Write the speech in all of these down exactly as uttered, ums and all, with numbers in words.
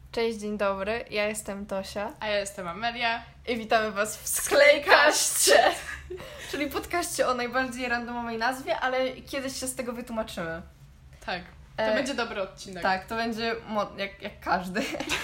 Cześć, dzień dobry, ja jestem Tosia. A ja jestem Amelia. I witamy Was w Sklejkaście! Czyli podcaście o najbardziej randomowej nazwie, ale kiedyś się z tego wytłumaczymy. Tak, to e, będzie dobry odcinek. Tak, to będzie mo- jak, jak każdy.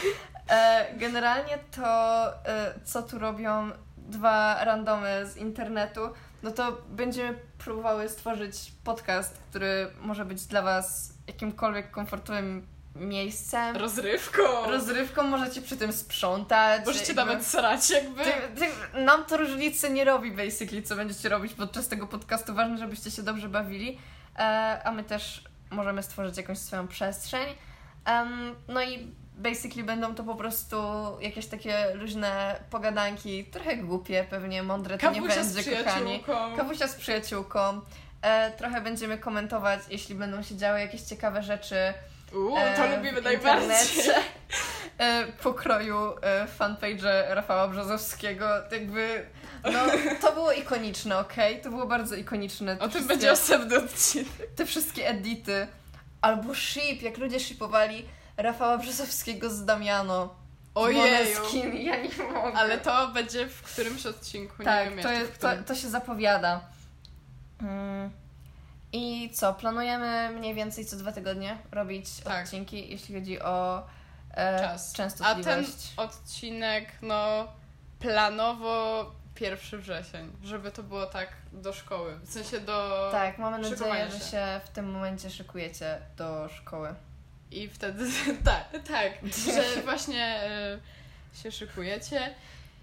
e, generalnie to, e, co tu robią dwa randomy z internetu, no to będziemy próbowały stworzyć podcast, który może być dla Was jakimkolwiek komfortowym miejscem. Rozrywką. Rozrywką, możecie przy tym sprzątać. Możecie jakby, nawet srać jakby. Ty, ty, nam to różnicy nie robi basically, co będziecie robić podczas tego podcastu. Ważne, żebyście się dobrze bawili, e, a my też możemy stworzyć jakąś swoją przestrzeń. Um, no i basically będą to po prostu jakieś takie luźne pogadanki, trochę głupie, pewnie mądre to Kawusia nie będzie, kochani. Kawusia z przyjaciółką. E, trochę będziemy komentować, jeśli będą się działy jakieś ciekawe rzeczy. Uuu, to e, lubimy najbardziej. E, pokroju e, fanpage'e Rafała Brzozowskiego. Jakby, no, to było ikoniczne, okej? Okay? To było bardzo ikoniczne. O tym będzie osobny odcinek. Te wszystkie edity. Albo ship, jak ludzie shipowali Rafała Brzozowskiego z Damiano. Ojeju. Ja nie mogę. Ale to będzie w którymś odcinku, tak, nie wiem to, jeszcze jest, to, to się zapowiada. Hmm. I co? Planujemy mniej więcej co dwa tygodnie robić tak. odcinki, jeśli chodzi o e, czas. częstotliwość. A ten odcinek, no planowo pierwszy wrzesień, żeby to było tak do szkoły, w sensie do Tak, mamy nadzieję, się. że się w tym momencie szykujecie do szkoły. I wtedy, tak, tak, że właśnie y, się szykujecie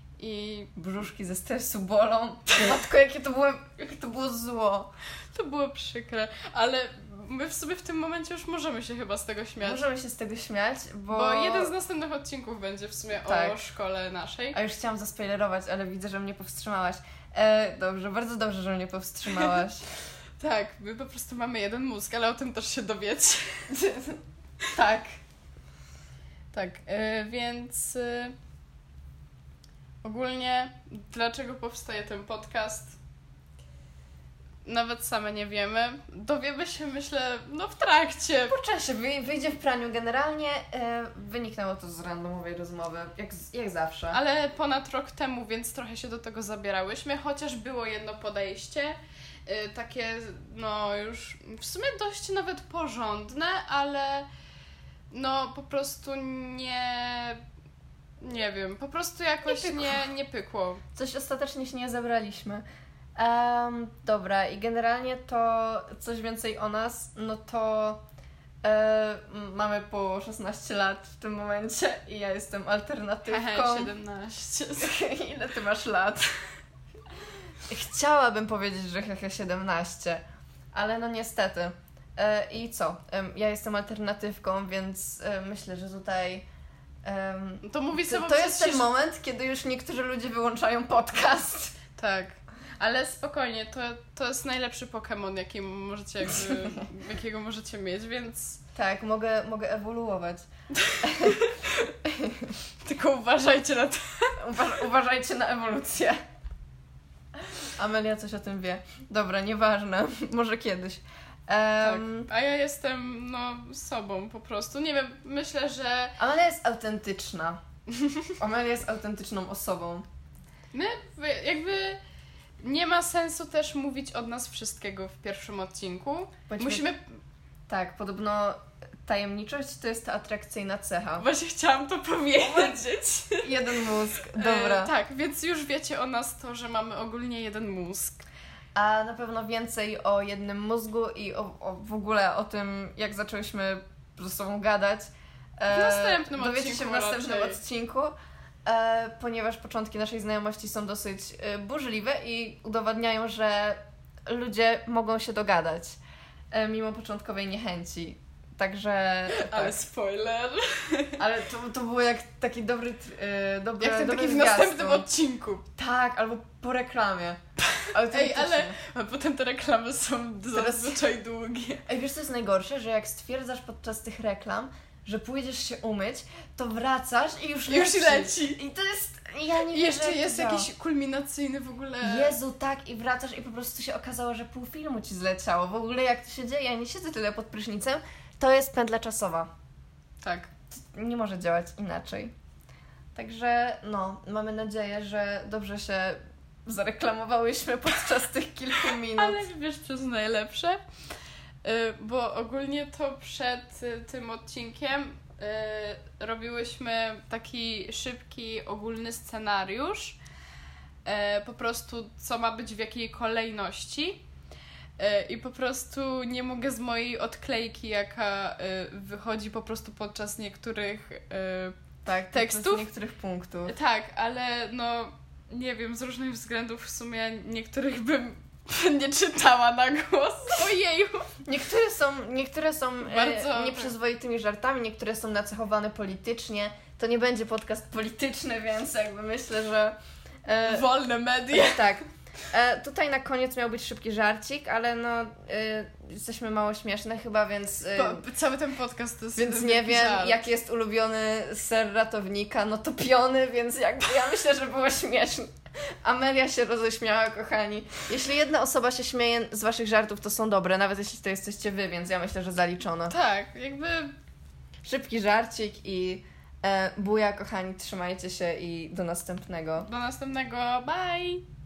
i brzuszki ze stresu bolą. Matko, jakie to było, jakie to było zło. To było przykre, ale my w sobie w tym momencie już możemy się chyba z tego śmiać. Możemy się z tego śmiać, bo... Bo jeden z następnych odcinków będzie w sumie tak. o szkole naszej. A już chciałam zaspoilerować, ale widzę, że mnie powstrzymałaś. E, dobrze, bardzo dobrze, że mnie powstrzymałaś. Tak, my po prostu mamy jeden mózg, ale o tym też się dowiecie. tak. Tak, y, więc... Y, ogólnie, dlaczego powstaje ten podcast? Nawet same nie wiemy. Dowiemy się, myślę, no w trakcie. Po czasie, wyjdzie w praniu. Generalnie e, wyniknęło to z randomowej rozmowy, jak, jak zawsze. Ale ponad rok temu, więc trochę się do tego zabierałyśmy, chociaż było jedno podejście, y, takie, no już w sumie dość nawet porządne, ale no po prostu nie... Nie wiem, po prostu jakoś nie, nie, nie pykło. Coś ostatecznie się nie zebraliśmy. Um, dobra, i generalnie to coś więcej o nas, no to e, mamy po szesnaście lat w tym momencie i ja jestem alternatywką. Hehe, siedemnaście. Ile ty masz lat? Chciałabym powiedzieć, że hehe siedemnaście, ale no niestety. E, I co? E, ja jestem alternatywką, więc e, myślę, że tutaj Um, to mówi to, to jest ten moment, kiedy już niektórzy ludzie wyłączają podcast. Tak, ale spokojnie, to, to jest najlepszy Pokémon, jaki możecie jakby, jakiego możecie mieć, więc... Tak, mogę, mogę ewoluować. Tylko uważajcie na to. Uwa- uważajcie na ewolucję. Amelia coś o tym wie. Dobra, nieważne, może kiedyś. Um, tak, a ja jestem, no, sobą po prostu. Nie wiem, myślę, że... Amelia jest autentyczna. Amelia jest autentyczną osobą. My jakby nie ma sensu też mówić od nas wszystkiego w pierwszym odcinku. Bądźmy... Musimy... Tak, podobno tajemniczość to jest ta atrakcyjna cecha. Właśnie chciałam to powiedzieć. Jeden mózg, dobra. E, tak, więc już wiecie o nas to, że mamy ogólnie jeden mózg. A na pewno więcej o jednym mózgu i o, o, w ogóle o tym, jak zaczęłyśmy ze sobą gadać. W następnym e, dowiecie odcinku się w następnym raczej. odcinku, e, ponieważ początki naszej znajomości są dosyć e, burzliwe i udowadniają, że ludzie mogą się dogadać, e, mimo początkowej niechęci. Także... Tak. Ale spoiler. Ale to, to było jak taki dobry... E, dobry, jak ten dobry taki w zwiastun. następnym odcinku. Tak, albo po reklamie. Ej, ale a potem te reklamy są zazwyczaj Teraz... długie. Ej, wiesz co jest najgorsze? Że jak stwierdzasz podczas tych reklam, że pójdziesz się umyć, to wracasz i już leci. Już leci. I to jest... Ja nie I jeszcze wierzę, jest jakiś kulminacyjny w ogóle... Jezu, tak, i wracasz i po prostu się okazało, że pół filmu ci zleciało. W ogóle jak to się dzieje? Ja nie siedzę tyle pod prysznicem. To jest pętla czasowa. Tak. Nie może działać inaczej. Także no, mamy nadzieję, że dobrze się zareklamowałyśmy podczas tych kilku minut. Ale wiesz, co jest najlepsze? Yy, bo ogólnie to przed y, tym odcinkiem y, robiłyśmy taki szybki, ogólny scenariusz. Y, po prostu, co ma być w jakiej kolejności. Y, I po prostu nie mogę z mojej odklejki, jaka y, wychodzi po prostu podczas niektórych y, tak, tekstów. podczas niektórych punktów. Tak, ale no nie wiem, z różnych względów w sumie niektórych bym nie czytała na głos. Ojeju! Niektóre są, niektóre są Bardzo e, nieprzyzwoitymi żartami, niektóre są nacechowane politycznie. To nie będzie podcast polityczny, więc jakby myślę, że... E, Wolne media. tak. E, tutaj na koniec miał być szybki żarcik, ale no e, jesteśmy mało śmieszne chyba, więc... E, Po, cały ten podcast to jest Więc nie wiem, żart. jaki jest ulubiony ser ratownika, no topiony, więc jakby ja myślę, że było śmieszne. Amelia się roześmiała, kochani. Jeśli jedna osoba się śmieje z waszych żartów, to są dobre, nawet jeśli to jesteście wy, więc ja myślę, że zaliczono. Tak, jakby... Szybki żarcik i e, buja, kochani, trzymajcie się i do następnego. Do następnego, bye!